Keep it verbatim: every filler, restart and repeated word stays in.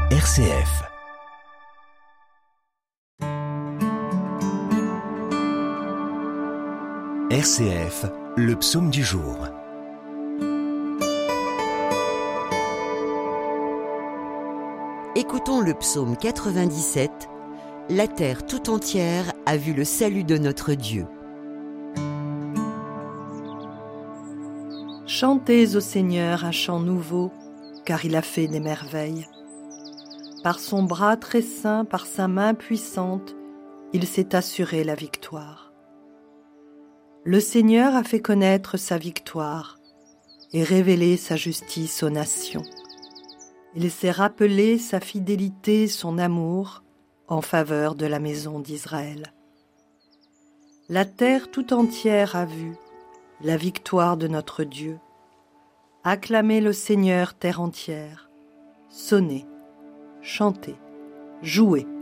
R C F. R C F, le psaume du jour. Écoutons le psaume quatre-vingt-dix-sept. La terre tout entière a vu le salut de notre Dieu. Chantez au Seigneur un chant nouveau, car il a fait des merveilles. Par son bras très saint, par sa main puissante, il s'est assuré la victoire. Le Seigneur a fait connaître sa victoire et révélé sa justice aux nations. Il s'est rappelé sa fidélité, son amour en faveur de la maison d'Israël. La terre tout entière a vu la victoire de notre Dieu. Acclamez le Seigneur, terre entière. Sonnez, chantez, jouez.